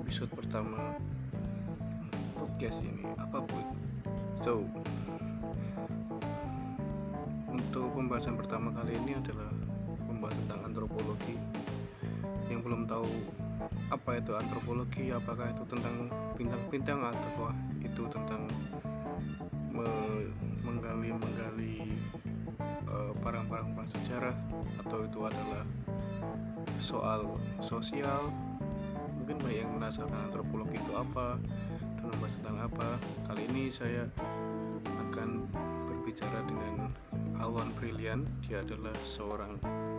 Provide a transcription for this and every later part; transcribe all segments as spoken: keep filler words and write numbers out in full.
episode pertama podcast ini apa pun. So untuk pembahasan pertama kali ini adalah pembahasan tentang antropologi. Yang belum tahu apa itu antropologi, apakah itu tentang bintang-bintang atau itu tentang me- menggali-menggali uh, barang-barang prasejarah, atau itu adalah soal sosial. Mungkin banyak yang penasaran antropologi itu apa dan membahas tentang apa. Kali ini saya akan berbicara dengan Alwan Brilian. Dia adalah seorang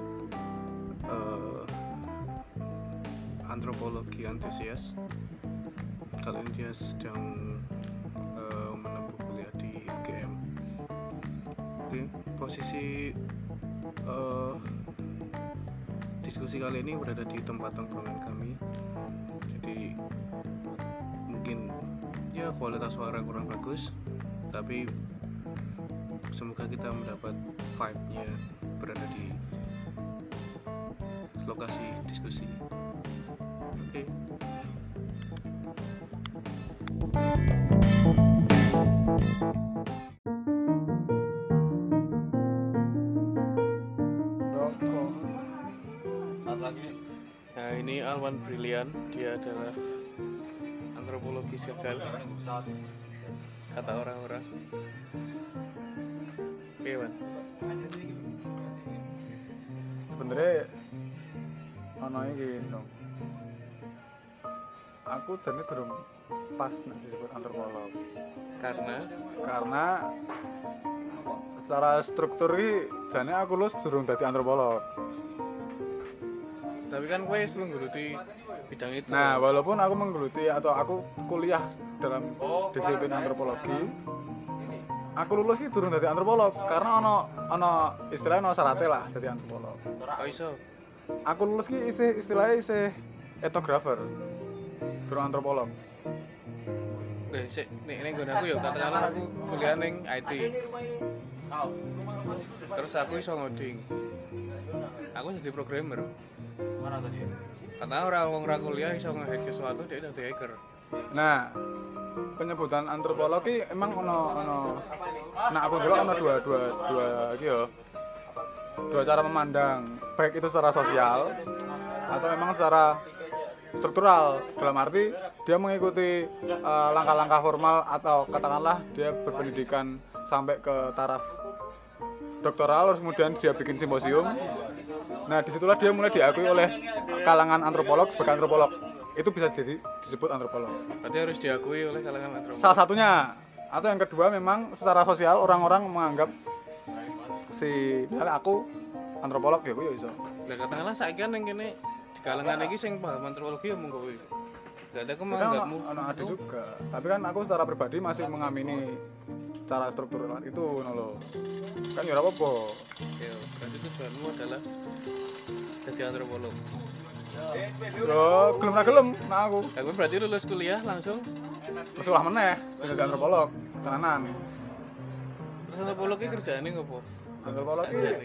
uh, antropologi antusias. Kali ini dia sedang uh, menempuh kuliah di U G M. Oke, posisi uh, diskusi kali ini berada di tempat tongkrongan kami. Jadi mungkin ya kualitas suara kurang bagus, tapi semoga kita mendapat vibe-nya berada di lokasi diskusi. Oke. Nah, ini Alwan Brilian. Dia adalah antropologis gagal, kata orang-orang. Oke, Wan. Sebenarnya ana iki no. Aku jane durung pas nek disebut antropolog. Karena Karena secara struktur iki jane aku lulus durung dadi antropolog. tapi kan gue sebelum menggeluti bidang itu. Nah, walaupun aku menggeluti atau aku kuliah dalam disiplin antropologi, aku lulus iki durung dadi antropolog karena ana ana istilahnya ana syaratnya lah dadi antropolog. Kok iso? Aku lulus ki isih istilahnya isih etnografer. Durung antropolog. Nih, sik nek ning nggon aku ya katakanlah aku kuliah ning I T. Terus aku iso ngoding. Aku jadi programmer. Mana tadi? Karena orang wong ra kuliah iso nge-hack sesuatu, dia dadi hacker. Nah, penyebutan antropologi emang ono ono nah aku dulu ono dua dua dua iki yo. Dua cara memandang, baik itu secara sosial atau memang secara struktural, dalam arti dia mengikuti uh, langkah-langkah formal atau katakanlah dia berpendidikan sampai ke taraf doktoral, terus kemudian dia bikin simposium. Nah, disitulah dia mulai diakui oleh kalangan antropolog sebagai antropolog. Itu bisa jadi disebut antropolog. Berarti harus diakui oleh kalangan antropolog. Salah satunya. Atau yang kedua memang secara sosial orang-orang menganggap si misalnya aku antropolog ya, aku ya iso. Lah katakanlah saiki kan ning kene di kalangan iki sing paham antropologi ya mung kowe. Berarti aku Kan menganggapmu ono ada juga. Tapi kan aku secara pribadi masih mengamini cara struktural itu ngono lho. Kan ya ora apa-apa. Oke, berarti tujuanmu adalah jadi antropolog. Yo, gelem ra gelem nah aku. Lah kowe berarti lulus kuliah langsung Terus ulah meneh jadi antropolog tenanan. terus antropolog iki kerjaane ngopo? Antropolog iki Ajari.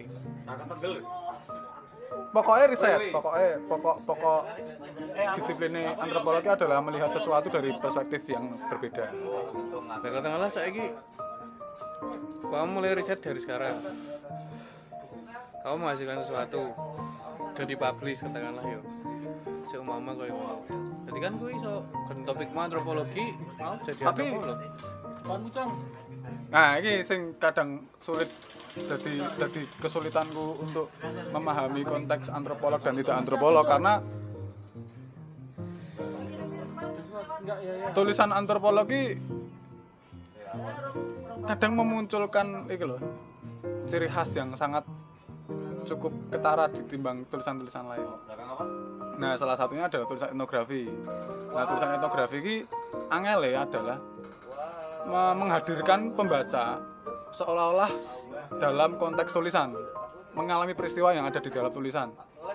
pokoknya riset, pokoknya pokok pokok disiplinnya antropologi adalah melihat sesuatu dari perspektif yang berbeda. Lah katakanlah saiki kamu mulai riset dari sekarang. Kamu menghasilkan sesuatu dan dipublish katakanlah yo. Seumpama koyo ngono. Jadi kan kowe iso kan topikmu antropologi mau jadi Tapi antropolog. nah, ini sing kadang sulit jadi jadi kesulitanku untuk memahami konteks antropolog dan tidak antropolog karena tulisan antropologi kadang memunculkan iki loh ciri khas yang sangat cukup ketara ditimbang tulisan-tulisan lain. Nah, salah satunya adalah tulisan etnografi. Nah, tulisan etnografi ini angel ya adalah menghadirkan pembaca seolah-olah dalam konteks tulisan, mengalami peristiwa yang ada di dalam tulisan.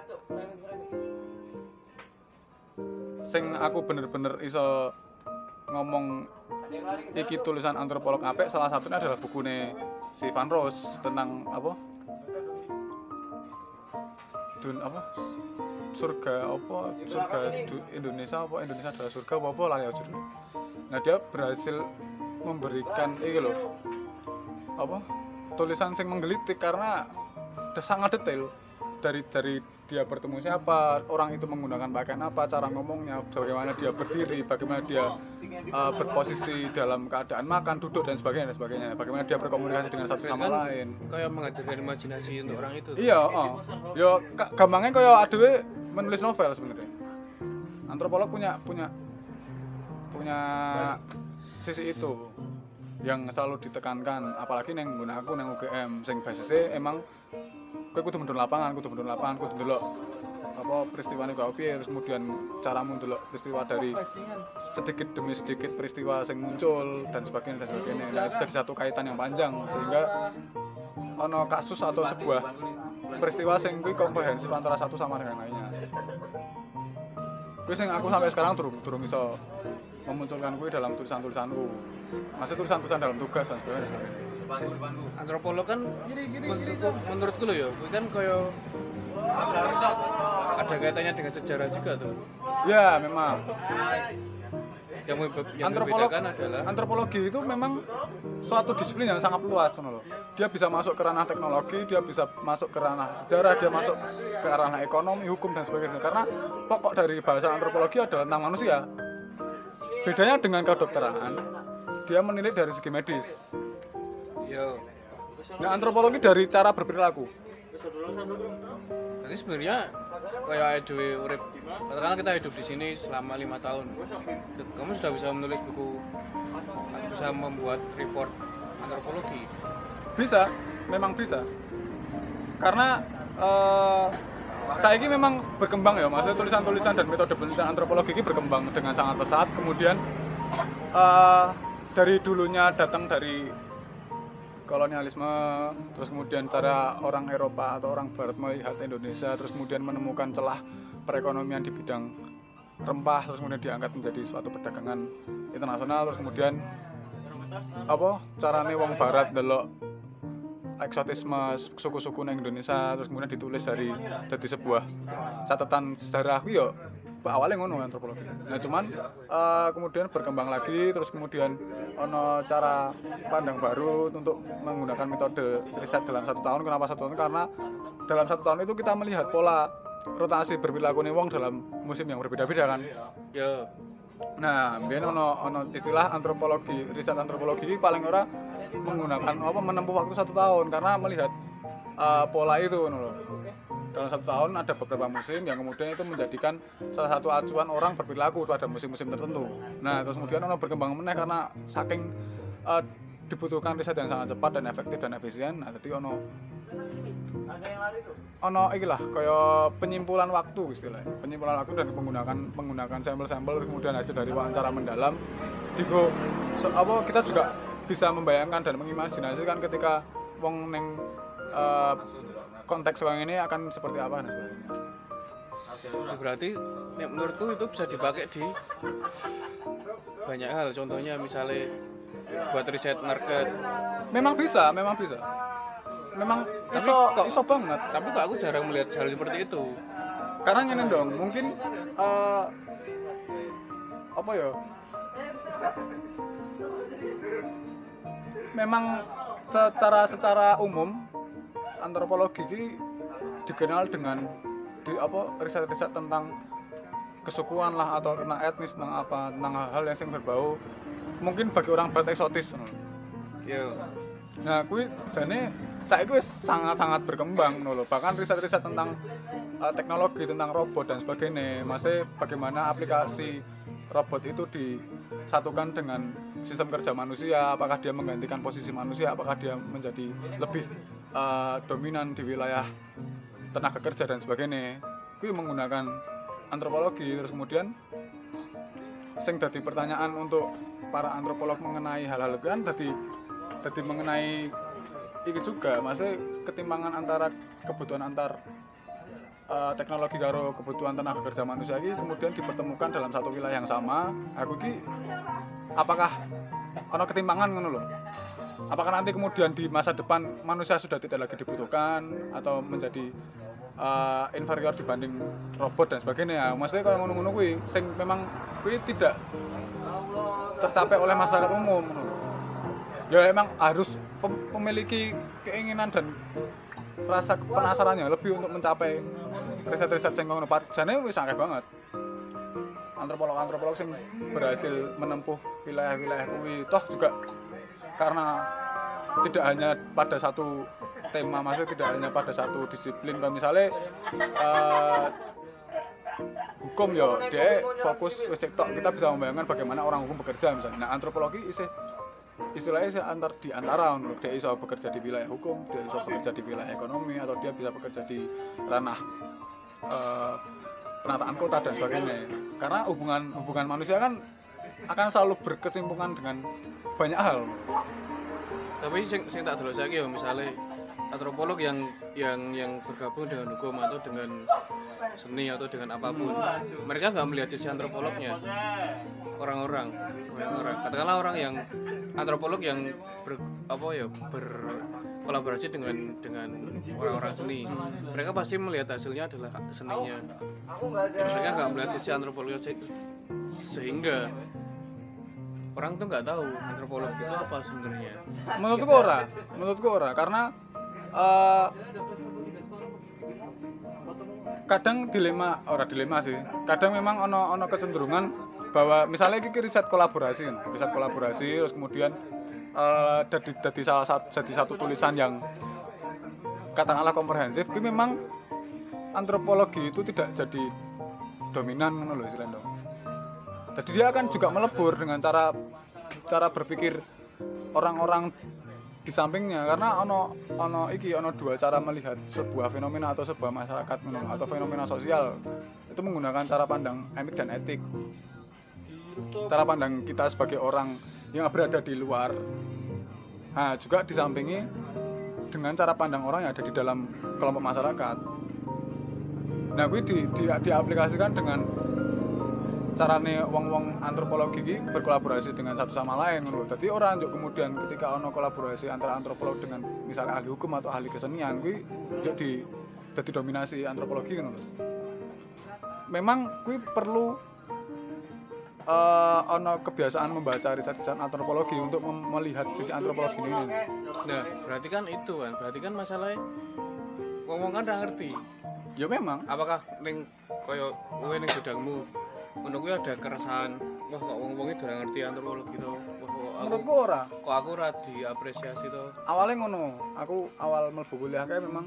Sing aku bener-bener iso ngomong iki tulisan antropolog apik, salah satunya adalah bukune si Van Roos tentang apa? Dun apa? surga apa surga du- Indonesia apa Indonesia adalah surga apa apa lali aja dulu. Nah dia berhasil memberikan ini loh apa tulisan sing menggelitik karena udah sangat detail dari dari dia bertemu siapa, orang itu menggunakan pakaian apa, cara ngomongnya, bagaimana dia berdiri, bagaimana dia uh, berposisi dalam keadaan makan, duduk dan sebagainya dan sebagainya, bagaimana dia berkomunikasi dengan satu sama kan lain. kayak mengajarkan imajinasi untuk orang itu. Iya, oh. Yo ka- gampangnya kayak adewe menulis novel sebenarnya. Antropolog punya punya punya sisi itu yang selalu ditekankan, apalagi neng nggon aku neng U G M sing basisnya emang kowe kudu mendun lapangan, kudu mendun lapangan, kudu ndelok apa peristiwane kaya piye, terus kemudian caramu ndelok peristiwa dari sedikit demi sedikit peristiwa sing muncul dan sebagainya dan sebagainya. Nah, itu jadi satu kaitan yang panjang sehingga ono kasus atau sebuah peristiwa sing kuwi komprehensif antara satu sama dengan lainnya. Kuwi sing aku sampai sekarang durung durung iso memunculkan kuwi dalam tulisan-tulisanku. Masih tulisan-tulisan dalam tugas dan sebagainya. dan sebagainya. Antropolog kan menurutku menurutku loh ya, kuwi kan kayak ada kaitannya dengan sejarah juga tuh. Ya, memang. Yang, membe- yang Antropolog, membedakan adalah antropologi itu memang suatu disiplin yang sangat luas, loh. Dia bisa masuk ke ranah teknologi, dia bisa masuk ke ranah sejarah, dia masuk ke ranah ekonomi, hukum dan sebagainya. Karena pokok dari bahasa antropologi adalah tentang manusia. Bedanya dengan kedokteran, dia menilai dari segi medis. yo. Nah, antropologi dari cara berperilaku. Jadi sebenarnya kayak dhewe urip, katakanlah kita hidup di sini selama lima tahun. Kamu sudah bisa menulis buku atau bisa membuat report antropologi. Bisa, memang bisa. Karena eh, saya ini memang berkembang ya, maksudnya tulisan-tulisan dan metode penelitian antropologi ini berkembang dengan sangat pesat. Kemudian eh, dari dulunya datang dari kolonialisme, terus kemudian cara orang Eropa atau orang Barat melihat Indonesia, terus kemudian menemukan celah perekonomian di bidang rempah, terus kemudian diangkat menjadi suatu perdagangan internasional, terus kemudian apa carane wong Barat delok eksotisme suku-suku nang Indonesia, terus kemudian ditulis dari dari sebuah catatan sejarah yo awalnya ngono antropologi. Nah cuman uh, kemudian berkembang lagi, terus kemudian ono cara pandang baru untuk menggunakan metode riset dalam satu tahun. Kenapa satu tahun? Karena dalam satu tahun itu kita melihat pola rotasi berperilaku nih wong dalam musim yang berbeda-beda kan. Yo. Nah, biyen ono ono istilah antropologi, riset antropologi ini paling ora menggunakan apa menempuh waktu satu tahun karena melihat uh, pola itu ngono loh. Dalam satu tahun ada beberapa musim yang kemudian itu menjadikan salah satu acuan orang berperilaku pada musim-musim tertentu. Nah, terus kemudian ono berkembang meneh karena saking uh, dibutuhkan riset yang sangat cepat dan efektif dan efisien. Nah, jadi ono ono iki lah kaya penyimpulan waktu istilahnya. Penyimpulan waktu dan menggunakan menggunakan sampel-sampel kemudian hasil dari wawancara mendalam. Digo so, apa kita juga bisa membayangkan dan mengimajinasikan ketika wong neng uh, konteks yang ini akan seperti apa dan sebagainya. Ya, berarti ya, menurutku itu bisa dipakai di banyak hal. Contohnya misalnya buat riset market. Memang bisa, memang bisa. Memang Tapi iso kok- iso banget. Tapi kok aku jarang melihat hal seperti itu. Karena ngene dong, mungkin uh, apa ya? Memang secara secara umum antropologi ini dikenal dengan di apa riset-riset tentang kesukuan lah atau tentang etnis tentang apa tentang hal-hal yang sing berbau mungkin bagi orang Barat eksotis. Yo. Nah, kui jane saiki wis sangat-sangat berkembang ngono lho. Bahkan riset-riset tentang uh, teknologi tentang robot dan sebagainya. Masih bagaimana aplikasi robot itu disatukan dengan sistem kerja manusia, apakah dia menggantikan posisi manusia, apakah dia menjadi lebih uh, dominan di wilayah tenaga kerja dan sebagainya. Kui menggunakan antropologi terus kemudian sing dadi pertanyaan untuk para antropolog mengenai hal-hal itu kan dadi dadi mengenai iki juga maksudnya ketimpangan antara kebutuhan antar uh, teknologi karo kebutuhan tenaga kerja manusia ini kemudian dipertemukan dalam satu wilayah yang sama. Aku ki apakah ono ketimpangan ngono lho. apakah nanti kemudian di masa depan manusia sudah tidak lagi dibutuhkan atau menjadi uh, inferior dibanding robot dan sebagainya. Maksudnya kalau ngono-ngono kuwi sing memang kuwi tidak tercapai oleh masyarakat umum. Ya emang harus pem- memiliki keinginan dan rasa penasarannya lebih untuk mencapai riset-riset sing ngono. Jane wis akeh banget. Antropolog-antropolog sing berhasil menempuh wilayah-wilayah kuwi toh juga karena tidak hanya pada satu tema, maksudnya tidak hanya pada satu disiplin. Kalau misalnya uh, hukum ya dia fokus wis tok, kita bisa membayangkan bagaimana orang hukum bekerja misalnya. Nah, antropologi isih istilahnya isih antar di antara dia bisa bekerja di wilayah hukum, dia bisa bekerja di wilayah ekonomi, atau dia bisa bekerja di ranah uh, penataan kota dan sebagainya. Karena hubungan hubungan manusia kan akan selalu berkesinambungan dengan banyak hal. Tapi sing sing tak delok saiki ya misalnya antropolog yang yang yang bergabung dengan hukum atau dengan seni atau dengan apapun, mereka nggak melihat sisi antropolognya. Orang-orang, orang-orang, katakanlah orang yang antropolog yang ber, apa ya berkolaborasi dengan dengan orang-orang seni, mereka pasti melihat hasilnya adalah seninya. Mereka nggak melihat sisi antropolognya se- sehingga orang tuh nggak tahu antropolog itu apa sebenarnya. Menurutku ora, menurutku ora karena uh, kadang dilema, ora dilema sih. Kadang memang ono ono kecenderungan bahwa misalnya iki riset kolaborasi, riset kolaborasi terus kemudian uh, jadi jadi salah satu jadi satu tulisan yang katakanlah komprehensif, tapi memang antropologi itu tidak jadi dominan ngono lho istilahnya. Jadi dia akan juga melebur dengan cara cara berpikir orang-orang di sampingnya, karena ono ono iki ono dua cara melihat sebuah fenomena atau sebuah masyarakat atau fenomena sosial. Itu menggunakan cara pandang emik dan etik. Cara pandang kita sebagai orang yang berada di luar. Nah, juga disampingi dengan cara pandang orang yang ada di dalam kelompok masyarakat. Nah, kuwi di, di diaplikasikan dengan carane wong-wong antropologi iki berkolaborasi dengan satu sama lain ngono. Dadi ora njuk kemudian ketika ono kolaborasi antara antropolog dengan misalnya ahli hukum atau ahli kesenian kuwi njuk di dadi dominasi antropologi ngono. Memang kuwi perlu uh, ono kebiasaan membaca riset-riset antropologi untuk mem- melihat sisi antropologi ini. Nah, berarti kan itu kan, berarti kan masalahnya ngomong kan ora ngerti. Ya memang. Apakah ning koyo kowe ning bidangmu ngono kuwi ada keresahan, wah kok wong-wong iki ora ngerti antropologi to. Wah kok aku Menurutku ora. kok aku ora diapresiasi to. Awalnya ngono, aku awal mlebu kuliah kayak memang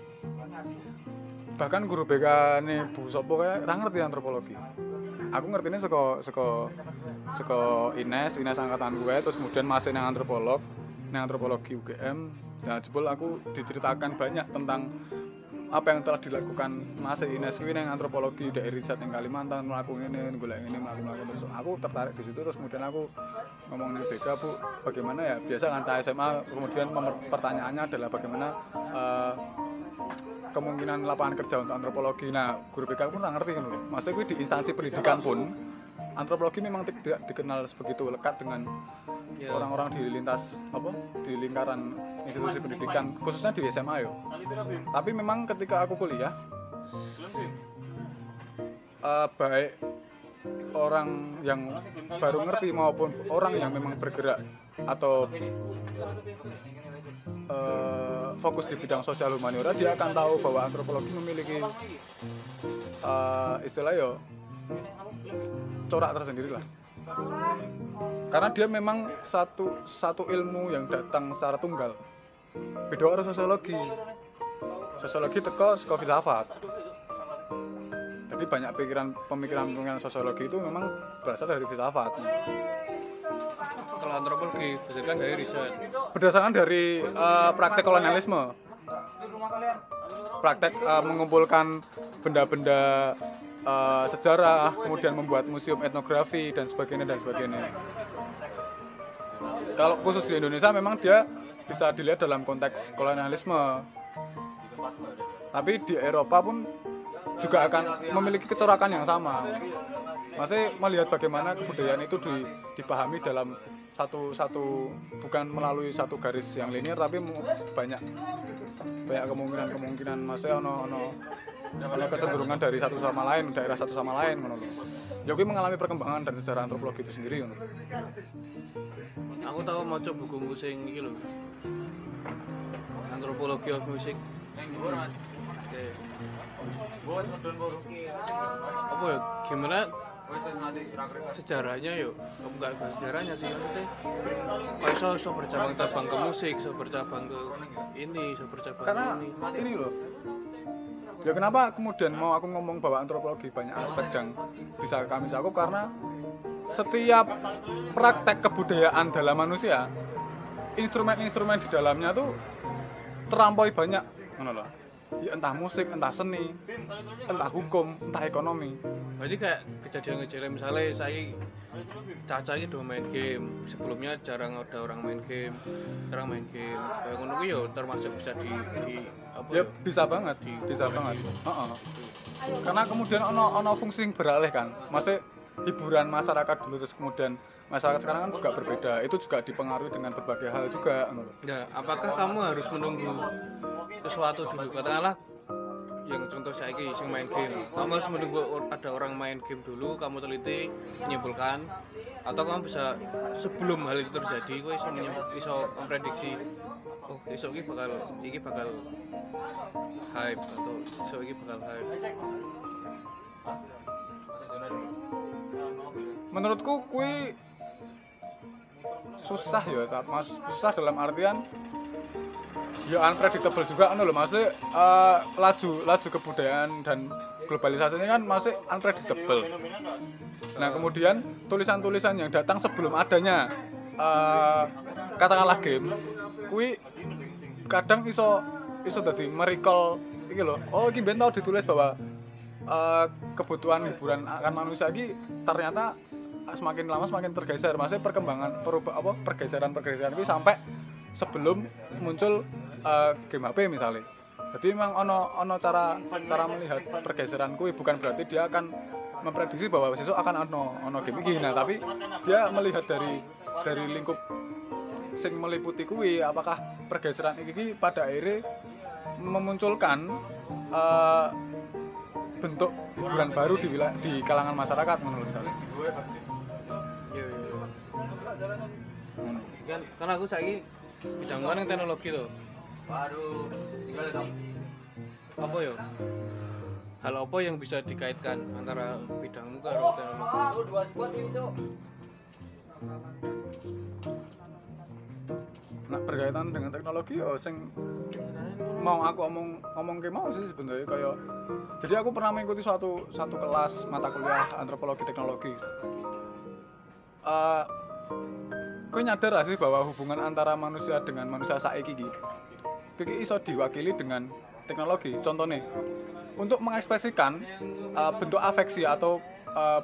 bahkan guru B K ne Bu Sopo kayak ora ngerti antropologi. Aku ngertine saka saka saka I N E S, I N E S angkatan gue, terus kemudian masih nang antropolog, nang antropologi U G M. Nah, jebul aku diceritakan banyak tentang apa yang telah dilakukan masih I N E S kuwi nang antropologi daerah riset ning Kalimantan, mlaku ngene, golek ngene, mlaku-mlaku terus aku tertarik di situ, terus kemudian aku ngomong ning B K, Bu, bagaimana ya? Biasa kan S M A, kemudian pertanyaannya adalah bagaimana uh, kemungkinan lapangan kerja untuk antropologi. Nah, guru B K pun nggak ngerti kan lho. Maksudnya gue di instansi pendidikan pun antropologi memang tidak dikenal sebegitu lekat dengan ya. Orang-orang di lintas apa di lingkaran institusi pendidikan, khususnya di S M A yo. Tapi memang ketika aku kuliah, uh, baik orang yang baru ngerti maupun orang yang memang bergerak atau Uh, fokus di bidang sosial humaniora, dia akan tahu bahwa antropologi memiliki uh, istilah yo corak tersendiri lah, karena dia memang satu satu ilmu yang datang secara tunggal. Beda karo sosiologi. Sosiologi teko saka filsafat. Jadi banyak pikiran pemikiran-pemikiran sosiologi itu memang berasal dari filsafat. Kalau antropologi berdasarkan dari riset, berdasarkan dari uh, praktek kolonialisme, praktek uh, mengumpulkan benda-benda uh, sejarah, kemudian membuat museum etnografi dan sebagainya dan sebagainya. Kalau khusus di Indonesia memang dia bisa dilihat dalam konteks kolonialisme, tapi di Eropa pun juga akan memiliki kecorakan yang sama. Masih melihat bagaimana kebudayaan itu dipahami dalam satu satu bukan melalui satu garis yang linear tapi banyak banyak kemungkinan kemungkinan maksudnya ono ono ono kecenderungan dari satu sama lain daerah satu sama lain ngono lho. Ya kuwi mengalami perkembangan dan sejarah antropologi itu sendiri ngono. Aku tahu maca buku sing iki lho. Antropologi of Music. Oke. Apa ya? Gimana sejarahnya yuk? Enggak sejarahnya sih maksudnya. Kok iso iso bercabang-cabang ke musik, iso bercabang ke ini, iso bercabang Karena ke ini. ini loh. Ya kenapa kemudian mau aku ngomong bahwa antropologi banyak aspek yang bisa kami cakup karena setiap praktek kebudayaan dalam manusia, instrumen-instrumen di dalamnya tuh terlampaui banyak, ngono loh. Ya entah musik, entah seni, entah hukum, entah ekonomi. Berarti kayak kejadian-kejadian misalnya saya Caca ini udah main game, sebelumnya jarang ada orang main game, jarang main game. Kayak ngono kuwi ya termasuk bisa di, di apa Ya ya? bisa banget, Di- bisa banget. Heeh. Karena kemudian ono ono fungsi yang beralih kan. Maksudnya hiburan masyarakat dulu terus kemudian masyarakat sekarang kan juga berbeda. Itu juga dipengaruhi dengan berbagai hal juga. ngono loh. Nah, apakah kamu harus menunggu sesuatu dulu? Katakanlah yang contoh saya ini yang main game, kamu harus menunggu or- ada orang main game dulu, kamu teliti, menyimpulkan, atau kamu bisa sebelum hal itu terjadi, kamu bisa menyimpul, bisa memprediksi, oh besok ini bakal, ini bakal hype atau besok ini bakal hype. Menurutku kui susah ya, tak mas susah dalam artian ya unpredictable juga kan loh, maksudnya eh, laju laju kebudayaan dan globalisasi ini kan masih unpredictable. Nah kemudian tulisan-tulisan yang datang sebelum adanya eh, katakanlah game, kui kadang iso iso dadi merecall iki lho. Oh iki ben tau ditulis bahwa eh, kebutuhan hiburan akan manusia iki ternyata semakin lama semakin tergeser. Maksudnya perkembangan perubah apa pergeseran-pergeseran itu sampai sebelum muncul uh, game H P misalnya. Jadi memang ono ono cara cara melihat pergeseran kuwi bukan berarti dia akan memprediksi bahwa besok akan ono ono game iki. Nah, tapi dia melihat dari dari lingkup sing meliputi kuwi apakah pergeseran iki pada akhirnya memunculkan uh, bentuk hiburan baru di wilayah di kalangan masyarakat menurut misalnya. Iya, iya, iya. Kan, karena aku saiki bidang yang teknologi loh. Waduh, tinggal dong. Apa ya? Hal apa yang bisa dikaitkan antara bidangmu karo teknologi? Ah, lu dua squad ini, Cok. Nah, berkaitan dengan teknologi ya sing mau aku omong ngomong ke mau sih sebenarnya kayak jadi aku pernah mengikuti suatu satu kelas mata kuliah antropologi teknologi. Uh, Kau nyadar gak sih bahwa hubungan antara manusia dengan manusia saiki iki iki iso diwakili dengan teknologi. Contohnya untuk mengekspresikan uh, bentuk afeksi atau uh,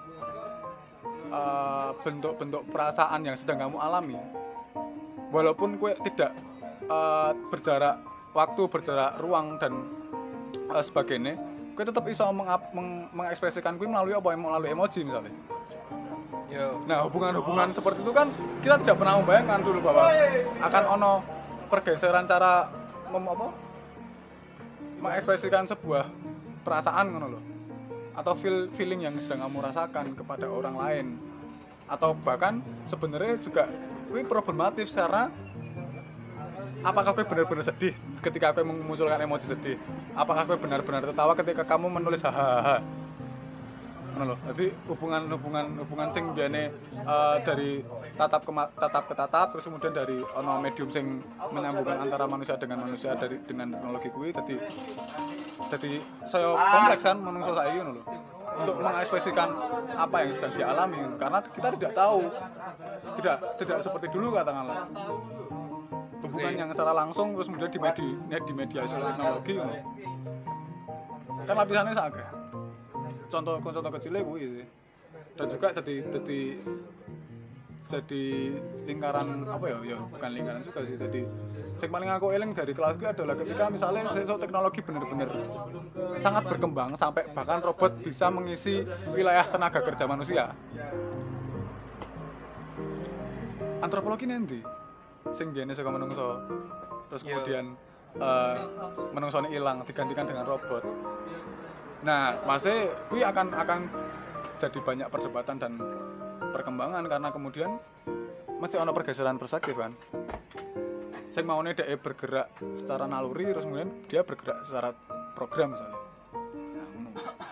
uh, bentuk-bentuk perasaan yang sedang kamu alami, walaupun kue tidak uh, berjarak waktu, berjarak ruang dan uh, sebagainya, kue tetap iso mengap, meng, mengekspresikan kue melalui apa? Melalui emoji misalnya. Yo, Nah hubungan-hubungan seperti itu kan kita tidak pernah membayangkan dulu bahwa akan ono pergeseran cara mem, apa? mengekspresikan sebuah perasaan ngono loh, atau feel, feeling yang sedang kamu rasakan kepada orang lain, atau bahkan sebenarnya juga kue problematif karena apakah kue benar-benar sedih ketika kue memunculkan emoji sedih, apakah kue benar-benar tertawa ketika kamu menulis hahaha. Ngono lho. Jadi hubungan-hubungan hubungan sing biane uh, dari tatap ke ma- tatap ke tatap terus kemudian dari ono medium sing menyambungkan antara manusia dengan manusia dari dengan teknologi kuwi dadi dadi saya kompleks kan menungso saiki ngono lho. Untuk mengekspresikan apa yang sedang dialami karena kita tidak tahu tidak tidak seperti dulu katakanlah hubungan yang secara langsung terus kemudian di media di media oleh teknologi ngono. Kan lapisannya sangat contoh contoh kecilnya gue sih dan juga jadi jadi jadi lingkaran apa ya ya bukan lingkaran juga sih jadi yang paling aku eling dari kelas gue adalah ketika misalnya so, teknologi benar-benar sangat berkembang sampai bahkan robot bisa mengisi wilayah tenaga kerja manusia. antropologi nanti sing biyen saka menungso terus Iya. kemudian uh, menungsone ilang digantikan dengan robot. Nah, masih kuwi akan akan jadi banyak perdebatan dan perkembangan karena kemudian mesti ono pergeseran perspektif kan. Sing maune dhek bergerak secara naluri terus kemudian dia bergerak secara program misalnya. Nah, ngono.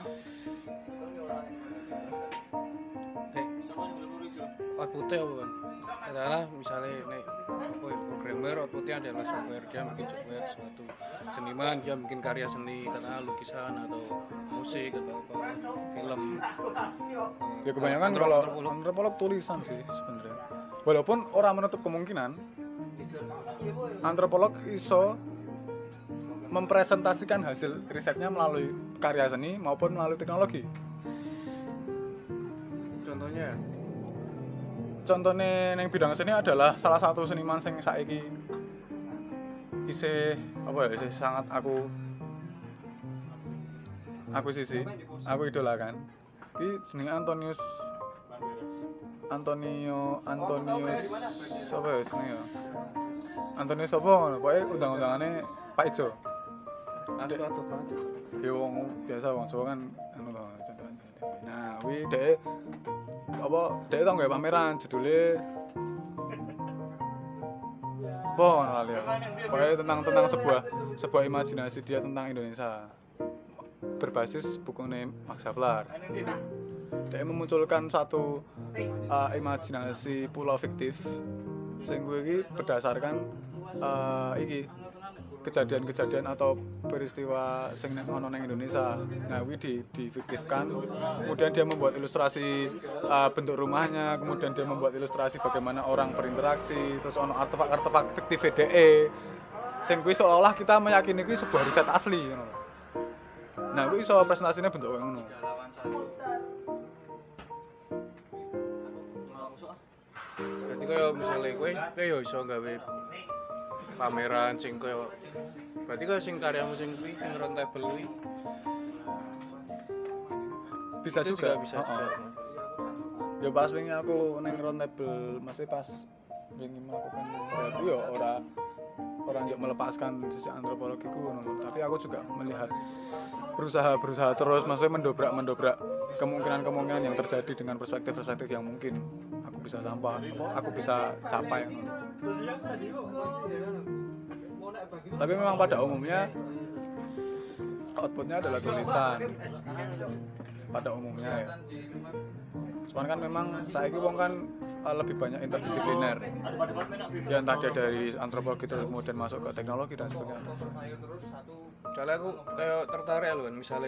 Nek outputnya apa kan? Katakanlah misalnya nek apa ya, programmer outputnya adalah software, dia bikin software suatu seniman, dia bikin karya seni, katakanlah lukisan atau musik atau apa film. Ya kebanyakan Antro- kalau antropolog. antropolog tulisan sih sebenarnya. Walaupun orang menutup kemungkinan antropolog iso mempresentasikan hasil risetnya melalui karya seni maupun melalui teknologi. Contohnya Contohnya yang bidang seni adalah salah satu seniman sing saiki isih apa ya isih sangat aku aku sisi aku idolakan. Iki jenenge Antonius Antonio Antonius sapa ya jenenge ya? Antonius sapa ngono, pokoke undang-undangane Pak Ijo. atu atu banget. Ya wong biasa wong Jawa kan anu to contohane. Nah, kuwi dhek apa dhek tau gawe pameran judule apa ngono lali ya. Pokoknya tentang tentang sebuah sebuah imajinasi dia tentang Indonesia berbasis bukunya Max Havelaar. Dia memunculkan satu uh, imajinasi pulau fiktif sing kuwi iki berdasarkan uh, iki kejadian-kejadian atau peristiwa sing nek ono ning Indonesia. Nah, kuwi di difiktifkan. Kemudian dia membuat ilustrasi uh, bentuk rumahnya, kemudian dia membuat ilustrasi bagaimana orang berinteraksi, terus ono artefak-artefak fiktif D E. Sing kuwi seolah kita meyakini kuwi sebuah riset asli ngono. Nah, kuwi iso presentasinya bentuk koyo ngono. Berarti kaya misalnya kowe kowe yo iso gawe pameran sing kaya berarti kaya sing karyamu sing kuwi sing rentable kuwi Bisa itu juga, bisa oh, juga. oh. Ya pas wingi aku neng roundtable masih pas wingi melakukan proyek ya ora orang juga melepaskan sisi antropologiku ngono. Tapi aku juga melihat berusaha berusaha terus maksudnya mendobrak mendobrak kemungkinan-kemungkinan yang terjadi dengan perspektif-perspektif yang mungkin aku bisa sampah apa aku bisa capai ngono. Tapi memang pada umumnya outputnya adalah tulisan pada umumnya ya. Cuman kan memang saya ini wong kan uh, lebih banyak interdisipliner. Ya entah dia dari antropologi terus kemudian masuk ke teknologi dan sebagainya. Soalnya aku kayak tertarik loh kan misalnya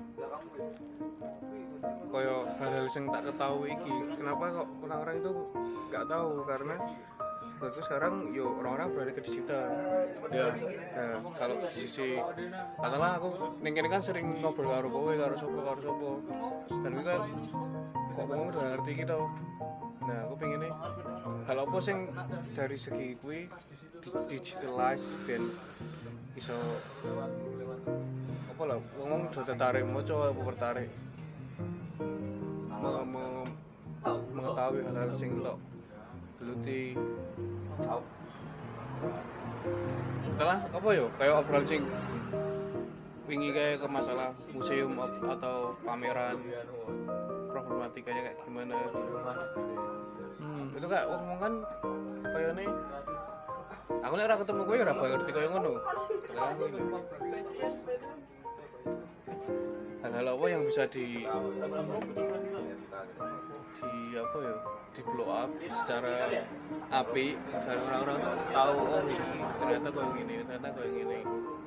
kayak hal-hal yang tak ketahui iki kenapa kok orang-orang itu nggak tahu karena menurutku sekarang yo orang-orang beralih ke digital Ya, nah kalau di sisi katakanlah aku ning kene kan sering ngobrol karo kowe karo sapa karo sapa dan kuwi kan kok ngomong udah ngerti gitu nah aku pengen hal apa sing dari segi kuwi di- digitalize ben iso apa lah ngomong udah tertarik mau coba apa tertarik mau mau mengetahui hal-hal sing tok geluti setelah apa yo kayak obrolan sing wingi kayak ke masalah museum ap- atau pameran problematikanya kayak gimana hmm. itu kayak ngomong kan kayak nih aku nek ora ketemu kowe ora bakal ngerti kaya ngono Lah, aku ini. Hal-hal apa yang bisa di di apa ya di blow up secara api dan orang-orang tuh tahu oh ini ternyata kau yang ini ternyata kau yang ini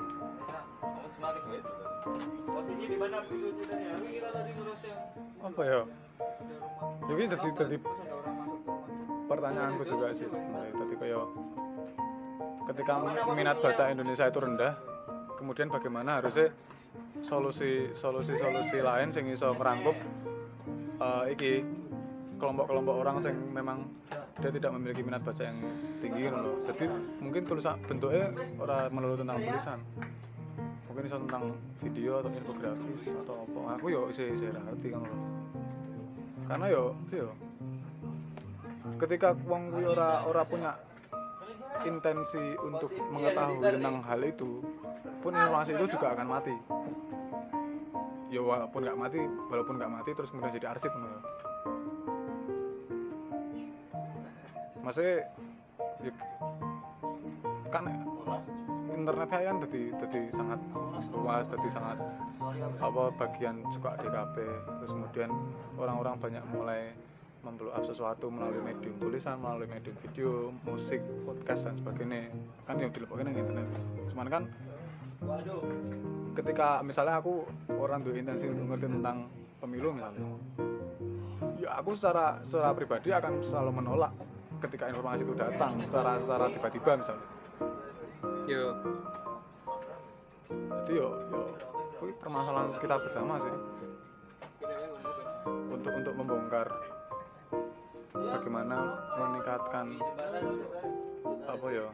Apa ya? Jadi tadi tadi pertanyaanku juga sih sebenarnya. Tadi kayak ketika minat baca Indonesia itu rendah, kemudian bagaimana harusnya solusi solusi solusi lain sing iso merangkup uh, iki kelompok-kelompok orang yang memang dia tidak memiliki minat baca yang tinggi loh. Jadi mungkin tulisan bentuknya orang melulu tentang tulisan. Mungkin iso tentang video atau infografis atau apa. Aku yo isi isi ngerti kan loh. Karena yo yo ketika wong kuwi ora ora punya intensi untuk mengetahui tentang hal itu, pun informasi itu juga akan mati. Ya walaupun nggak mati, walaupun nggak mati terus kemudian jadi arsip ngono. Maksudnya ya, kan internet kan jadi jadi sangat luas, jadi sangat apa bagian suka D K P, terus kemudian orang-orang banyak mulai memblow up sesuatu melalui medium tulisan, melalui medium video, musik, podcast dan sebagainya. Kan yang dilepokin yang internet. Cuman kan ketika misalnya aku orang tuh intensi untuk ngerti tentang pemilu misalnya, ya aku secara secara pribadi akan selalu menolak ketika informasi itu datang secara secara tiba-tiba misalnya. Yo. Jadi yo yo kuwi permasalahan kita bersama sih. Untuk untuk membongkar bagaimana meningkatkan apa ya?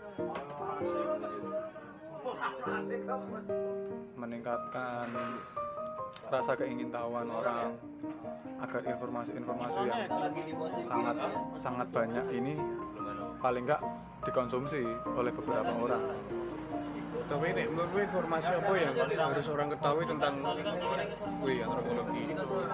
Meningkatkan rasa keingintahuan orang agar informasi-informasi yang sangat sangat banyak ini paling enggak dikonsumsi oleh beberapa orang. Tapi ini menurutku informasi apa yang harus orang ketahui tentang wih antropologi?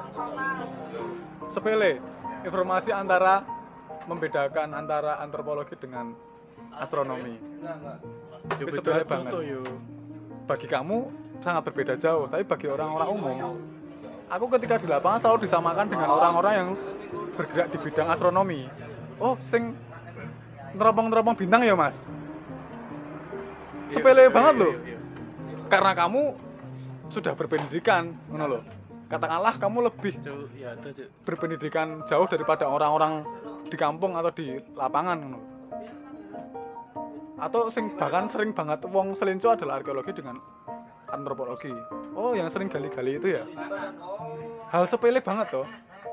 Sepele, informasi antara membedakan antara antropologi dengan astronomi. Yo Itu beda sepele tuh banget. tuh, yo. Bagi kamu sangat berbeda jauh, tapi bagi orang-orang umum, aku ketika di lapangan selalu disamakan dengan orang-orang yang bergerak di bidang astronomi. Oh, sing neropong-neropong bintang ya, Mas? Sepele Iya, banget iya, loh. iya, iya. Karena kamu sudah berpendidikan, ngono loh. Katakanlah kamu lebih Cuk, ya ada cuk. berpendidikan jauh daripada orang-orang di kampung atau di lapangan, ngono. Atau sing bahkan sering banget wong selinco adalah arkeologi dengan antropologi. Oh, yang sering gali-gali itu ya. Hal sepele banget toh.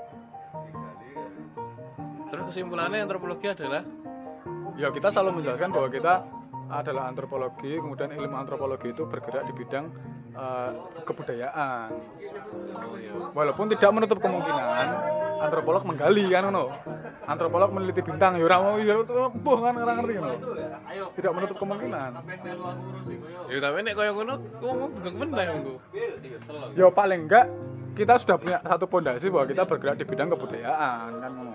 Terus kesimpulannya antropologi adalah Ya kita selalu menjelaskan bahwa kita adalah antropologi, kemudian ilmu antropologi itu bergerak di bidang uh, kebudayaan. oh iya. Walaupun tidak menutup kemungkinan antropolog menggali kan ngono. Antropolog meneliti bintang ya ora mau ya boh kan ora ngerti ngono. Tidak menutup kemungkinan. Ya tapi nek koyo ngono wong bingung meneh monggo. Ya paling enggak kita sudah punya satu pondasi bahwa kita bergerak di bidang kebudayaan kan ngono.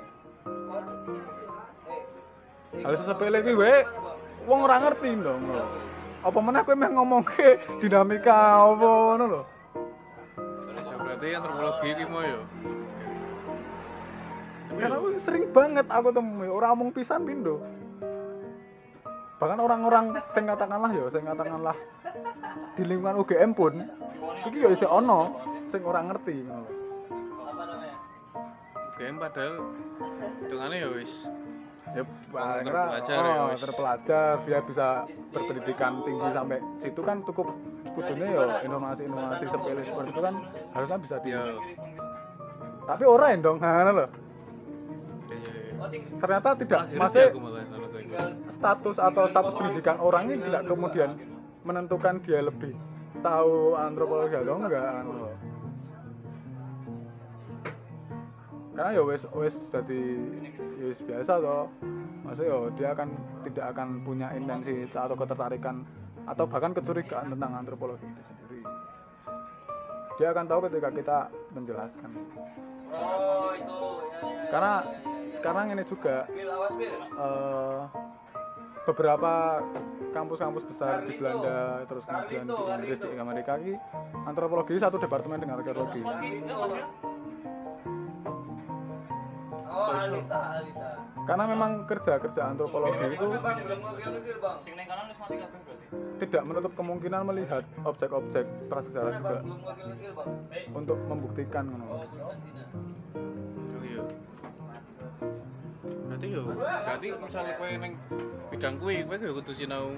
Hal sepele kuwi wae wong ora ngerti dong. Apa meneh kowe meh ngomongke dinamika apa ngono lho. Ya berarti antropologi iki mau ya. Karena aku sering banget aku temui orang omong pisan pindo. Bahkan orang-orang sing katakanlah ya, sing katakanlah di lingkungan U G M pun iki ya isih ono sing ora ngerti ngono. Oke, padahal hitungannya ya wis Ya paling terpelajar ora ya, oh, wis. terpelajar biar bisa berpendidikan tinggi sampai situ kan cukup kudune ya informasi-informasi sepele seperti itu kan harusnya bisa di. ya. Tapi ora ya dong, ngono lho. Ya, ya, ya. Ternyata tidak Akhirnya masih aku malah kalau kayak gitu. status atau status pendidikan orang ini tidak kemudian menentukan dia lebih tahu antropologi atau enggak anu loh. Karena ya wes wes jadi ya wes biasa toh. Maksudnya ya dia akan tidak akan punya intensi atau ketertarikan atau bahkan kecurigaan tentang antropologi itu sendiri. Dia akan tahu ketika kita menjelaskan. Karena karena ini juga uh, beberapa kampus-kampus besar di Belanda terus kemudian di Inggris di Amerika ini antropologi satu departemen dengan arkeologi. Karena memang kerja-kerja antropologi itu tidak menutup kemungkinan melihat objek-objek prasejarah juga untuk membuktikan ngono. Oh iya. Berarti yo, berarti misalnya kowe ning bidang kuwi kowe yo kudu sinau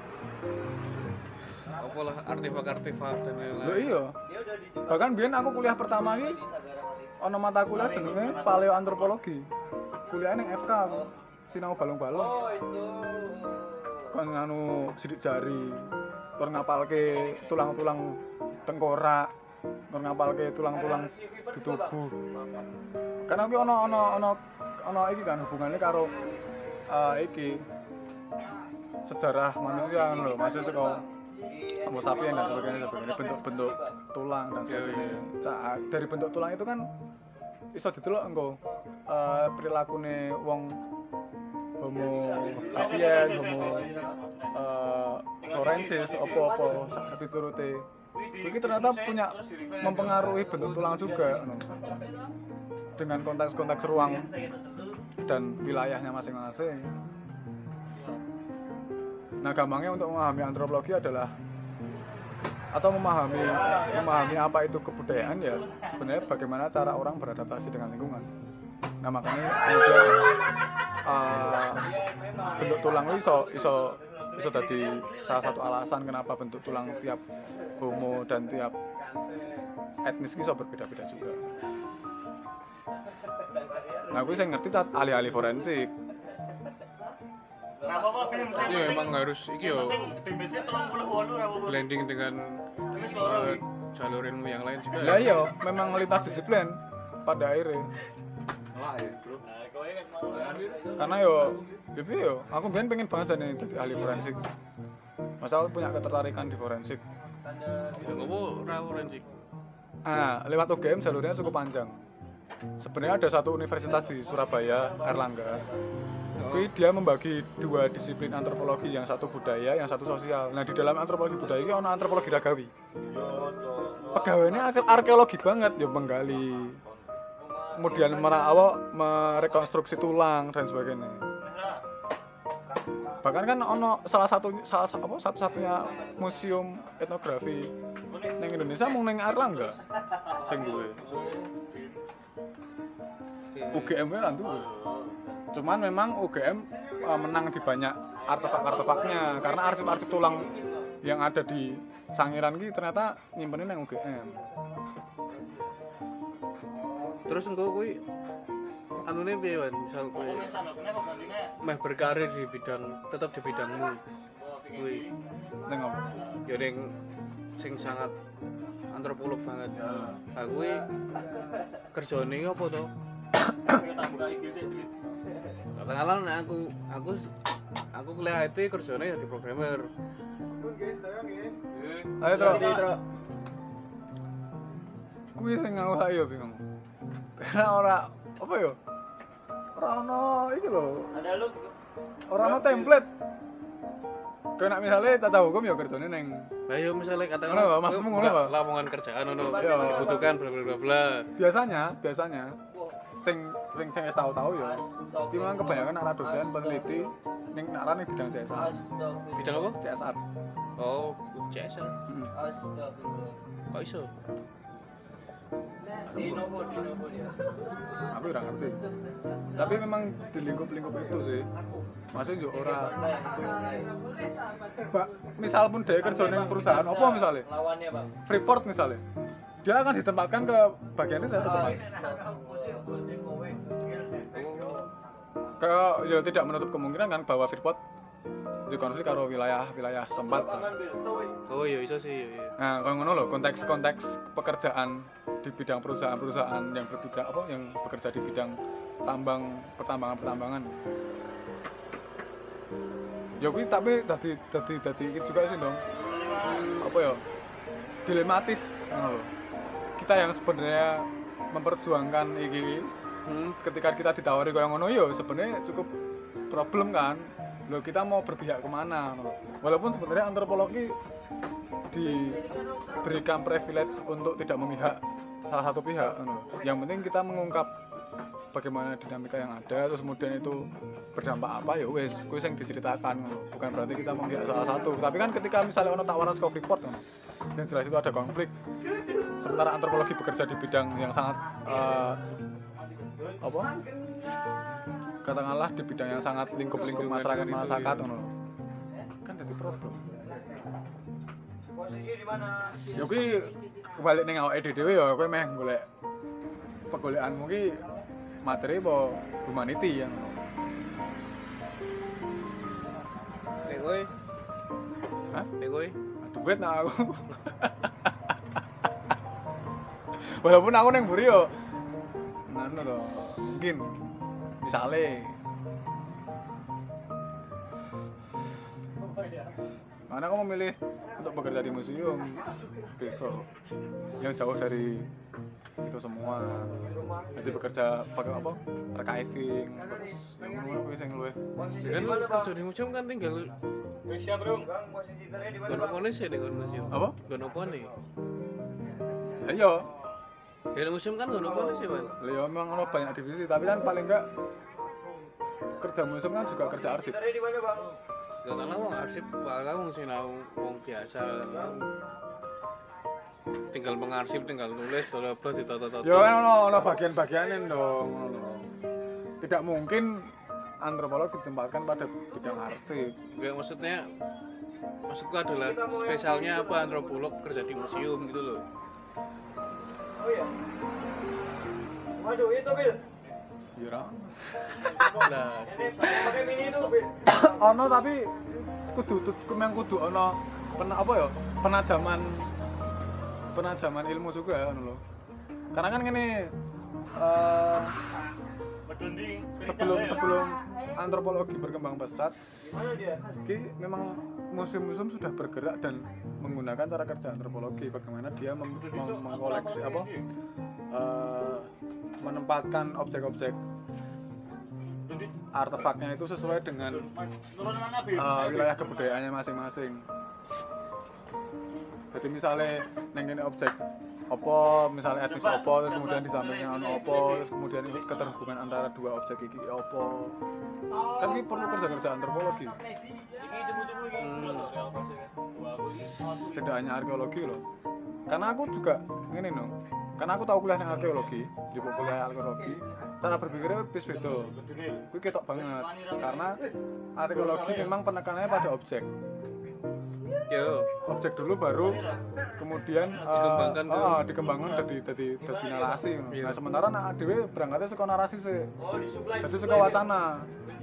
apa lah artefak-artefak dan Lho lain-lain. iya. Bahkan biyen aku kuliah pertama iki ana mata kuliah jenenge paleoantropologi. Kuliah ning F K aku. Sinau balung-balung. Kon nganu sidik jari, kon ngapalke tulang-tulang tengkorak, kon ngapalke tulang-tulang di tubuh. Karena kuwi ana ana ana ono iki kan hubungannya karo uh, iki sejarah manusia kan lho, masih saka Homo sapiens dan sebagainya sebagainya bentuk-bentuk tulang dan sebagainya. Cak, dari bentuk tulang itu kan iso didelok engko uh, perilakune wong Homo sapiens, Homo uh, florensis, opo-opo sak piturute. Iki ternyata punya mempengaruhi bentuk tulang juga no. Dengan konteks-konteks ruang dan wilayahnya masing-masing. Nah, gampangnya untuk memahami antropologi adalah atau memahami memahami apa itu kebudayaan ya sebenarnya bagaimana cara orang beradaptasi dengan lingkungan. Nah, makanya kemudian uh, bentuk tulang itu iso iso iso tadi salah satu alasan kenapa bentuk tulang tiap homo dan tiap etnis iso berbeda-beda juga. Nah, aku saya ngerti ahli-ahli forensik. Ya emang harus iki yo blending dengan uh, jalur ilmu yang lain juga. Ya iya, memang lintas disiplin pada akhirnya. Karena yo, bibi yo, aku biar pengen banget nih jadi ahli forensik. Masa aku punya ketertarikan di forensik. Ya kamu ra forensik. Ah, lewat U G M jalurnya cukup panjang. Sebenarnya ada satu universitas di Surabaya, Erlangga. Tapi dia membagi dua disiplin antropologi, yang satu budaya, yang satu sosial. Nah, di dalam antropologi budaya ini ada antropologi ragawi. Pegawainya arkeologi banget, ya menggali, kemudian merawat, merekonstruksi tulang dan sebagainya. Bahkan kan ono salah satu salah apa satu-satunya museum etnografi neng Indonesia mau neng Erlangga, sing duwe. U G M kan duwe. Cuman memang U G M uh, menang di banyak artefak-artefaknya karena arsip-arsip tulang yang ada di Sangiran ini ternyata nyimpenin yang U G M. Terus engko kuwi anune piye wan? Misal kowe meh berkarir di bidang tetap di bidangmu. Kuwi Neng apa? ya ning sing sangat antropolog banget. Lah kuwi kerjane apa to? Katakanlah nek aku aku aku kuliah I T kerjane jadi programmer. Ayo Tro. Tro. Kuwi sing ngawah ya bingung. Karena ora apa ya? Ora ono iki lho. Ada lu. Ora ono template. Kayak nak misalnya tata hukum ya kerjane neng. Lah yo misale Ngono, katakanlah maksudmu ngono, Pak? lapangan kerjaan ngono Iya. dibutuhkan bla bla bla bla. Biasanya, biasanya sing sing sing wis tahu-tahu ya. Iki memang kebanyakan anak dosen peneliti ning narane bidang C S R. Bidang apa? C S R. Oh, C S R. Hmm. Kok iso? Di Novo, di Novo dia. Aku ora ngerti. Tapi memang di lingkup-lingkup itu sih. Maksudnya yo ora Pak, misal pun dia kerja ning perusahaan apa misalnya? Lawannya, Bang. Freeport misalnya. Dia akan ditempatkan ke bagian riset tetap. Ke ya tidak menutup kemungkinan kan bahwa Freeport di konflik karo wilayah-wilayah setempat. Oh iya iso sih iya. Nah, kalau ngono lho, konteks-konteks pekerjaan di bidang perusahaan-perusahaan yang berbidang apa yang bekerja di bidang tambang, pertambangan-pertambangan. Ya kuwi tapi dadi dadi dadi iki juga sih dong. Apa ya? Dilematis ngono lho. Kita yang sebenarnya memperjuangkan iki hmm, ketika kita ditawari kaya ngono ya sebenarnya cukup problem kan. Loh, kita mau berpihak kemana? Walaupun sebenarnya antropologi diberikan privilege untuk tidak memihak salah satu pihak. Yang penting kita mengungkap bagaimana dinamika yang ada, terus kemudian itu berdampak apa ya wes, kuwi sing diceritakan. Bukan berarti kita memihak salah satu. Tapi kan ketika misalnya ono tawaran saka Freeport, yang jelas itu ada konflik. Sementara antropologi bekerja di bidang yang sangat uh, apa? Katakanlah di bidang yang sangat lingkup-lingkup masyarakat-masyarakat ngono. Kan jadi problem. Posisi di mana? Ya kuwi kebalik ning awake dhewe ya kowe meh golek pegolekanmu ki materi apa humanity ya ngono. Nek kowe Hah? nek kowe Duit nah aku. Walaupun aku neng buri yo nganu to, mungkin Misale mana aku memilih untuk bekerja di museum besok yang jauh dari itu semua, jadi bekerja pakai apa? Archiving terus yang ngono kuwi sing luwih. kan lu kerja di museum kan tinggal Siap, Bro. gono kono sih dengan museum Apa? gono kono ya Ya iya, di museum kan gono kono sih Wan lah ya memang ono banyak divisi, tapi kan paling enggak kerja museum kan juga kerja arsip. gak karena wong arsip bakal wong sing tau wong biasa tinggal mengarsip tinggal nulis bla bla ditata-tata Ya kan ono ono bagian-bagianin dong. Ono. Tidak mungkin antropolog ditempatkan pada bidang arsip. Gak maksudnya maksudku adalah spesialnya apa antropolog kerja di museum gitu loh. Oh iya. Waduh, itu Bil. Iya ra. Lah, Ini pakai mini itu, Bil. Ono tapi kudu kudu memang kudu ono pena apa ya? Penajaman penajaman ilmu juga ya ono lho. Karena kan gini eh, sebelum sebelum antropologi berkembang pesat, Mana dia? Ki memang museum-museum sudah bergerak dan menggunakan cara kerja antropologi, bagaimana dia mem- mem- mengkoleksi apa eh, menempatkan objek-objek artefaknya itu sesuai dengan eh, wilayah kebudayaannya masing-masing. Jadi misalnya neng ini objek opo, misalnya etnis opo, terus kemudian di sampingnya ono opo, terus kemudian ini keterhubungan antara dua objek iki opo. Kan ini perlu kerja-kerja antropologi. Tidak hanya arkeologi loh. Karena aku juga ngene no. Karena aku tahu kuliah yang arkeologi, di kuliah arkeologi, cara berpikirnya wis beda. Kuwi ketok banget. Karena arkeologi memang penekanannya pada objek. yo, Objek dulu baru kemudian eh, Dikembangkan ke- oh, dikembangkan jadi jadi jadi narasi. Nah, sementara nak dhewe berangkatnya saka narasi sih. Jadi saka wacana.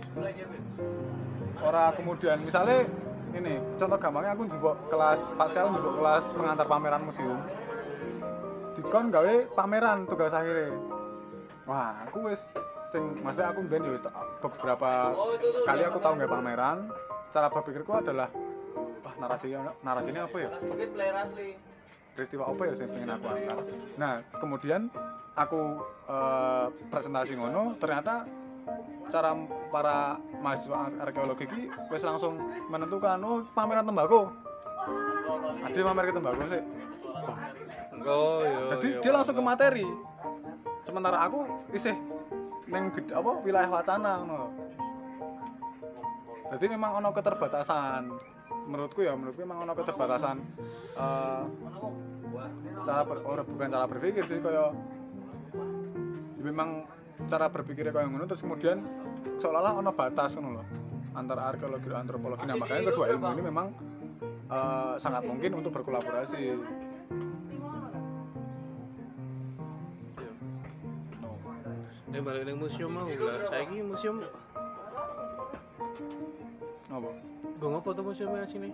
Ora kemudian misalnya ini contoh gampangnya aku njupuk kelas pas kali njupuk kelas mengantar pameran museum. Dikon gawe pameran tugas akhirnya. Wah, aku wis sing maksudnya aku mben ya wis beberapa kali aku tahu nggak pameran. Cara berpikirku adalah wah narasinya narasinya apa ya? Pakai player asli. Peristiwa apa ya sing pengen aku angkat. Nah, kemudian aku eh, presentasi ngono, ternyata cara para mahasiswa arkeologi ini wis langsung menentukan oh pameran tembakau. Ada pamer ke tembakau sih. Wah, oh yo. jadi yo, dia langsung ke paham. materi. Sementara aku isih neng ged- apa wilayah wacana ngono. Jadi memang ono keterbatasan. Menurutku ya, menurutku memang ono keterbatasan eh, cara ber, oh, bukan cara berpikir sih kayak memang cara berpikirnya kayak ngono terus kemudian seolah-olah ono batas ngono loh antara arkeologi dan antropologi. Nah, makanya kedua ilmu ini memang eh, sangat mungkin untuk berkolaborasi. Nek balik ning museum mau lah. Saiki museum Apa? gue ngopo tuh museumnya sini?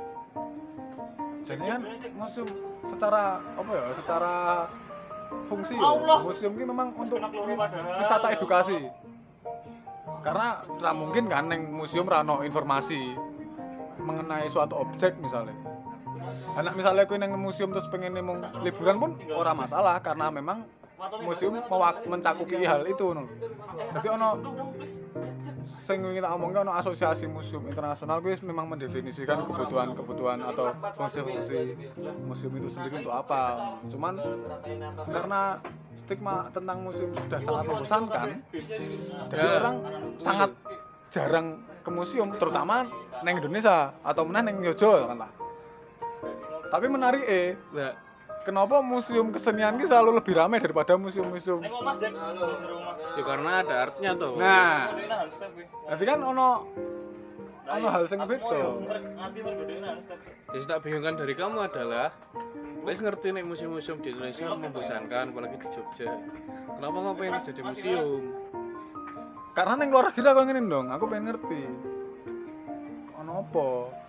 Jadi kan museum secara apa ya? Secara fungsi ya. Museum ini memang untuk wisata edukasi. Karena tidak mungkin kan neng museum rano informasi mengenai suatu objek misalnya. Anak misalnya aku neng museum terus pengen nemu liburan pun ora masalah karena memang museum mewak- mencakupi hal itu no. Jadi ono sing kita omongke ono asosiasi museum internasional kuwi memang mendefinisikan kebutuhan-kebutuhan atau fungsi-fungsi museum itu sendiri untuk apa. Cuman karena stigma tentang museum sudah sangat membosankan, jadi Ya. orang sangat jarang ke museum, terutama neng Indonesia atau mana neng Yojo kan lah. Tapi menarik eh, Lah, kenapa museum kesenian ini selalu lebih ramai daripada museum-museum? ya karena ada artnya tuh. Nah, berarti kan ono ono hal sing beda. Jadi tak bingungkan dari kamu adalah wes ngerti nih museum-museum di Indonesia membosankan apalagi di Jogja. Kenapa nggak pengen jadi museum? Karena neng luar negeri aku ngene dong, aku pengen ngerti. Ono apa?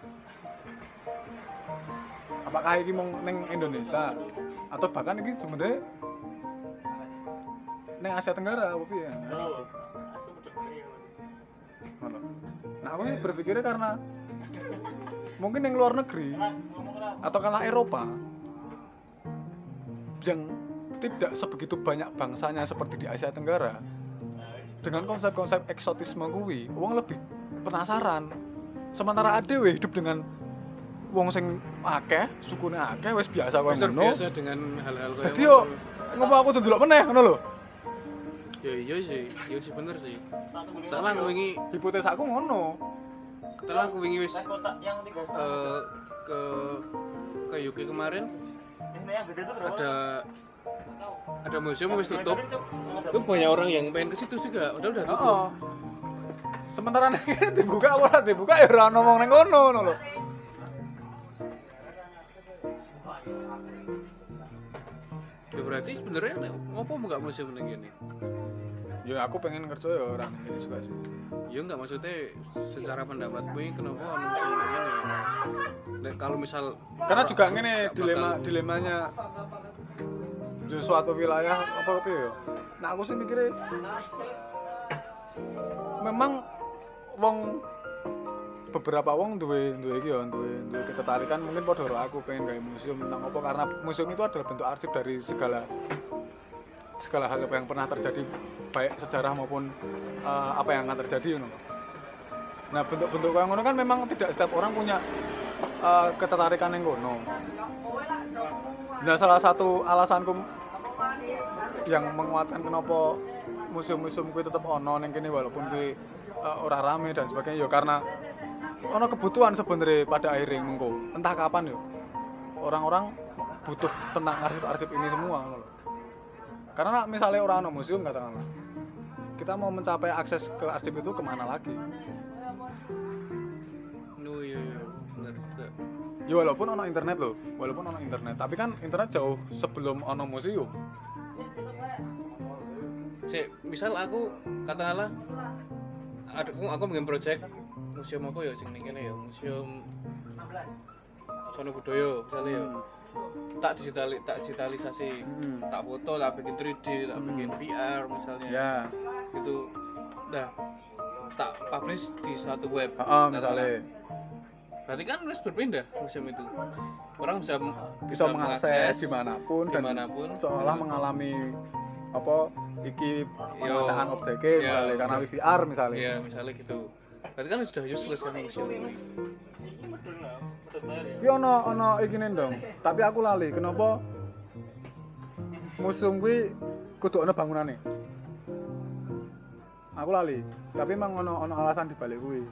Apakah ini mau neng Indonesia atau bahkan ini sebenarnya neng Asia Tenggara apa piye? aku sih berpikirnya karena mungkin yang luar negeri atau kala Eropa yang tidak sebegitu banyak bangsanya seperti di Asia Tenggara, dengan konsep-konsep eksotisme kuwi wong lebih penasaran. Sementara adewe hidup dengan wong sing akeh, sukune akeh, wis biasa koyo Wis ngono. terbiasa dengan hal-hal kayak Dadi yo ngopo aku tuh delok meneh ngono lho. Ya iya sih, iya sih bener sih. Telah aku wingi, Hipotesa aku ngono. telah aku wingi wis eh, ke ke U K kemarin ada ada museum wis tutup. Itu banyak orang yang pengen ke situ juga, udah udah tutup. Heeh. Sementara nek dibuka ora dibuka ya ora ono wong ning kono ngono lho. Ya berarti sebenarnya nek ngopo enggak museum ning kene? Ya aku pengen kerja ya ora ning kene juga sih. Ya enggak, maksudnya secara pendapatmu ini kenapa ono museum ning kene? Nek kalau misal Karena juga ngene nggak dilema bakal- dilemanya di suatu wilayah apa apa ya. Nah aku sih mikirnya memang wong beberapa wong duwe duwe iki ya duwe duwe ketertarikan mungkin padha karo aku pengen gawe museum tentang apa karena museum itu adalah bentuk arsip dari segala segala hal apa yang pernah terjadi baik sejarah maupun uh, apa yang akan terjadi you know. Nah bentuk-bentuk kayak ngono kan memang tidak setiap orang punya uh, ketertarikan yang ngono. Nah salah satu alasanku yang menguatkan kenapa museum-museum kuwi tetap ono ning kene walaupun kuwi uh, ora rame dan sebagainya ya karena ono kebutuhan sebenarnya pada akhirnya mengko entah kapan yo orang-orang butuh tentang arsip-arsip ini semua loh. Karena misalnya orang ono museum katakanlah kita mau mencapai akses ke arsip itu kemana lagi no iya iya bener juga. ya walaupun ono internet loh walaupun ono internet tapi kan internet jauh sebelum ono museum. Sik, misal aku katakanlah ada aku aku bikin project museum apa ya sing ning kene ya, museum Sono Budaya misalnya ya. Tak digital tak digitalisasi, Hmm. tak foto, tak bikin tiga D, tak bikin V R misalnya. Ya, Itu nah tak publish di satu web. heeh katakanlah. misalnya Berarti kan harus berpindah museum itu. Orang bisa bisa mengakses dimanapun dan dimanapun. seolah mengalami apa iki pengadaan objeknya Yo. misalnya karena V R misalnya. Iya, misalnya gitu. Berarti kan sudah useless kan museum ini. Ki ono ono ikine dong. Tapi aku lali kenapa museum kuwi kudu ono bangunane. Aku lali, tapi emang ono ono alasan di balik kuwi.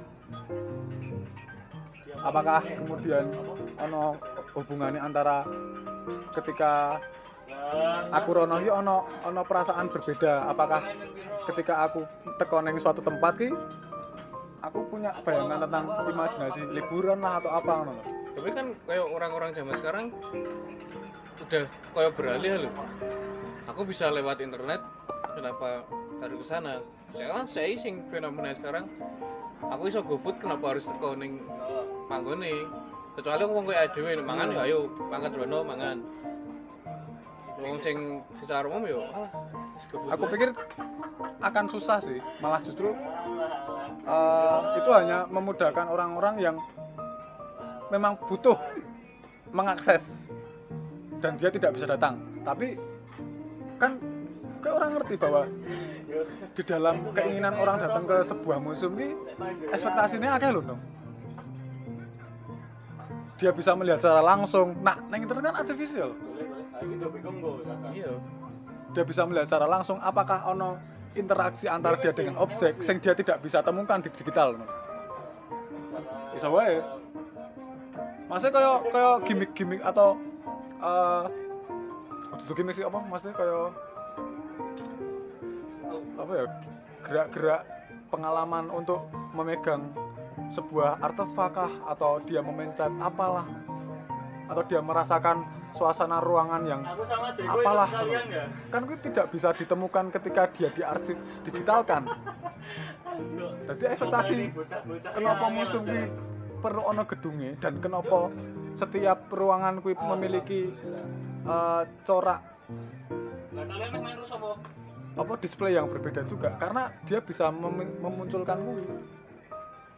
Apakah kemudian ono hubungannya antara ketika aku rono iki ono ono perasaan berbeda? Apakah ketika aku teko ning suatu tempat ki aku punya bayangan tentang imajinasi liburan lah atau apa ngono lho. Tapi kan kayak orang-orang zaman sekarang udah kayak beralih loh. Aku bisa lewat internet, kenapa harus ke sana? Saya saya sing fenomena sekarang. Aku iso GoFood kenapa harus teko ning manggone? Kecuali wong kayak dhewe mangan ya ayo mangan rono mangan. Wong sing secara umum yo alah wis GoFood. Aku wae. pikir akan susah sih, malah justru uh, itu hanya memudahkan orang-orang yang memang butuh mengakses dan dia tidak bisa datang. Tapi kan kayak orang ngerti bahwa di dalam keinginan orang datang ke sebuah museum ini ekspektasinya akeh loh dong. Dia bisa melihat secara langsung. Nah, neng internet kan artificial. Iya. Dia bisa melihat secara langsung apakah ono interaksi antara dia dengan objek sing dia tidak bisa temukan di digital. Bisa wae. Maksudnya kayak kayak gimmick-gimmick atau eh uh, itu gimmick sih apa? Maksudnya kayak apa ya? Gerak-gerak pengalaman untuk memegang sebuah artefak kah atau dia memencet apalah atau dia merasakan suasana ruangan yang apalah kan itu tidak bisa ditemukan ketika dia diarsip digitalkan. Jadi ekspektasi kenapa museum ini perlu ono gedungnya dan kenapa setiap ruangan kuwi memiliki uh, corak apa display yang berbeda juga karena dia bisa mem- memunculkan kuwi.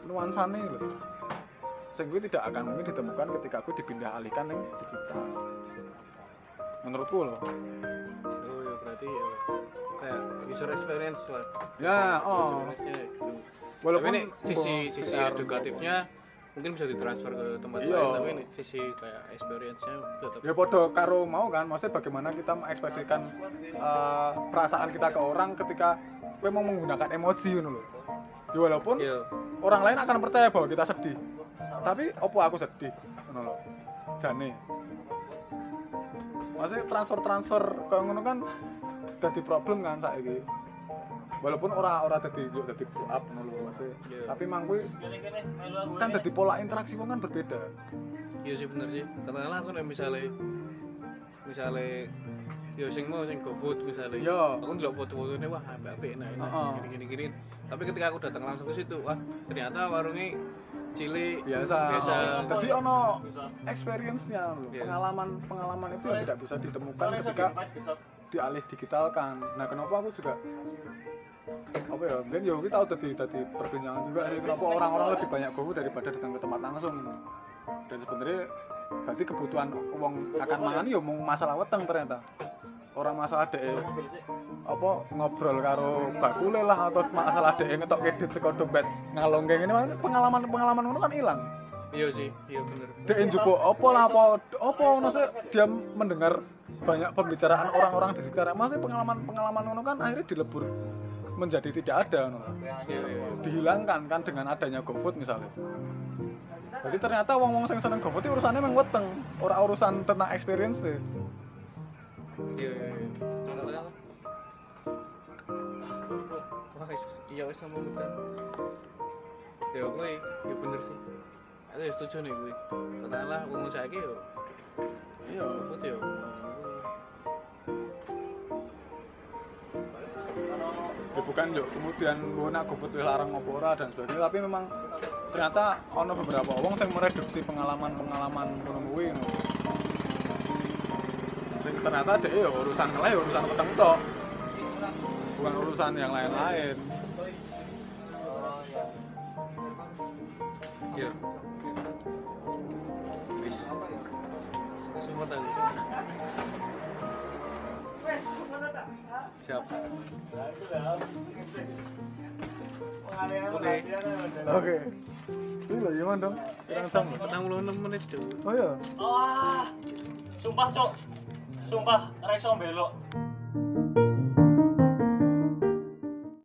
nuansane lho. Sing kuwi tidak akan mungkin ditemukan ketika aku dipindah alihkan ning digital. Menurutku loh. Oh ya berarti ya kayak user experience lah. Ya, oh. Experience-nya gitu. Walaupun tapi ini sisi mbok sisi P R edukatifnya mungkin bisa ditransfer ke tempat Iya. lain, tapi ini sisi kayak experience-nya tetap. ya podo karo mau kan, maksudnya bagaimana kita mengekspresikan uh, perasaan kita ke orang ketika gue mau menggunakan emoji ngono lho. Ya walaupun Iya. orang lain akan percaya bahwa kita sedih. Tapi opo aku sedih ngono lho. Jane. Maksudnya transfer-transfer kayak ngono kan dadi problem kan saiki. Walaupun ora ora dadi yo dadi blow up ngono lho maksudnya. Iya. Tapi mang kuwi kan dadi pola interaksi wong kan berbeda. Iya sih bener sih. Katakanlah aku nek misale misale yo sing mau sing GoFood misale. Iya. Aku ndelok foto-fotone wah apik-apik enak enak Heeh. gini gini. Tapi ketika aku datang langsung ke situ, wah ternyata warungnya cilik biasa. biasa. Jadi ono experience-nya lho. Iya. Pengalaman-pengalaman itu yang tidak bisa ditemukan ketika dialih digitalkan. Nah, kenapa aku juga apa ya? Mungkin ya kita tahu tadi tadi perbincangan juga sih kenapa orang-orang lebih banyak GoFood daripada datang ke tempat langsung. Dan sebenarnya berarti kebutuhan uang akan mangan ya mau masalah weteng ternyata. Orang masalah dek apa ngobrol karo bakule lah atau masalah dek ngetok kredit saka dompet ngalong kayak gini pengalaman-pengalaman ngono kan hilang. Iya sih, iya bener. Dek njupuk apa lah apa apa ngono sih dia mendengar banyak pembicaraan orang-orang di sekitar. Maksudnya pengalaman-pengalaman ngono kan akhirnya dilebur menjadi tidak ada ngono. Iya iya. Dihilangkan kan dengan adanya GoFood misalnya. Jadi ternyata wong-wong sing seneng GoFood itu urusannya emang weteng, ora urusan tentang experience. Iya iya. iya. Katakanlah. Wah, is- iya wis ngomong udah. Ya kowe, ya bener sih. Aku ya setuju nih gue. Katakanlah wong saiki yo Iya. GoFood yo. Ya bukan yuk kemudian guna GoFood wis larang apa ora dan sebagainya, tapi memang ternyata ono beberapa wong sing mereduksi pengalaman-pengalaman ngono kuwi ngono. Sing ternyata dhek ya urusan ngeleh urusan weteng tok. Bukan urusan yang lain-lain. Iya. Wis. Semua tahu. Siap. Oke. Oke. Ini lho gimana dong? Kurang jam. enam puluh enam menit, Cuk. Oh iya. Wah, sumpah cok, sumpah raiso belok.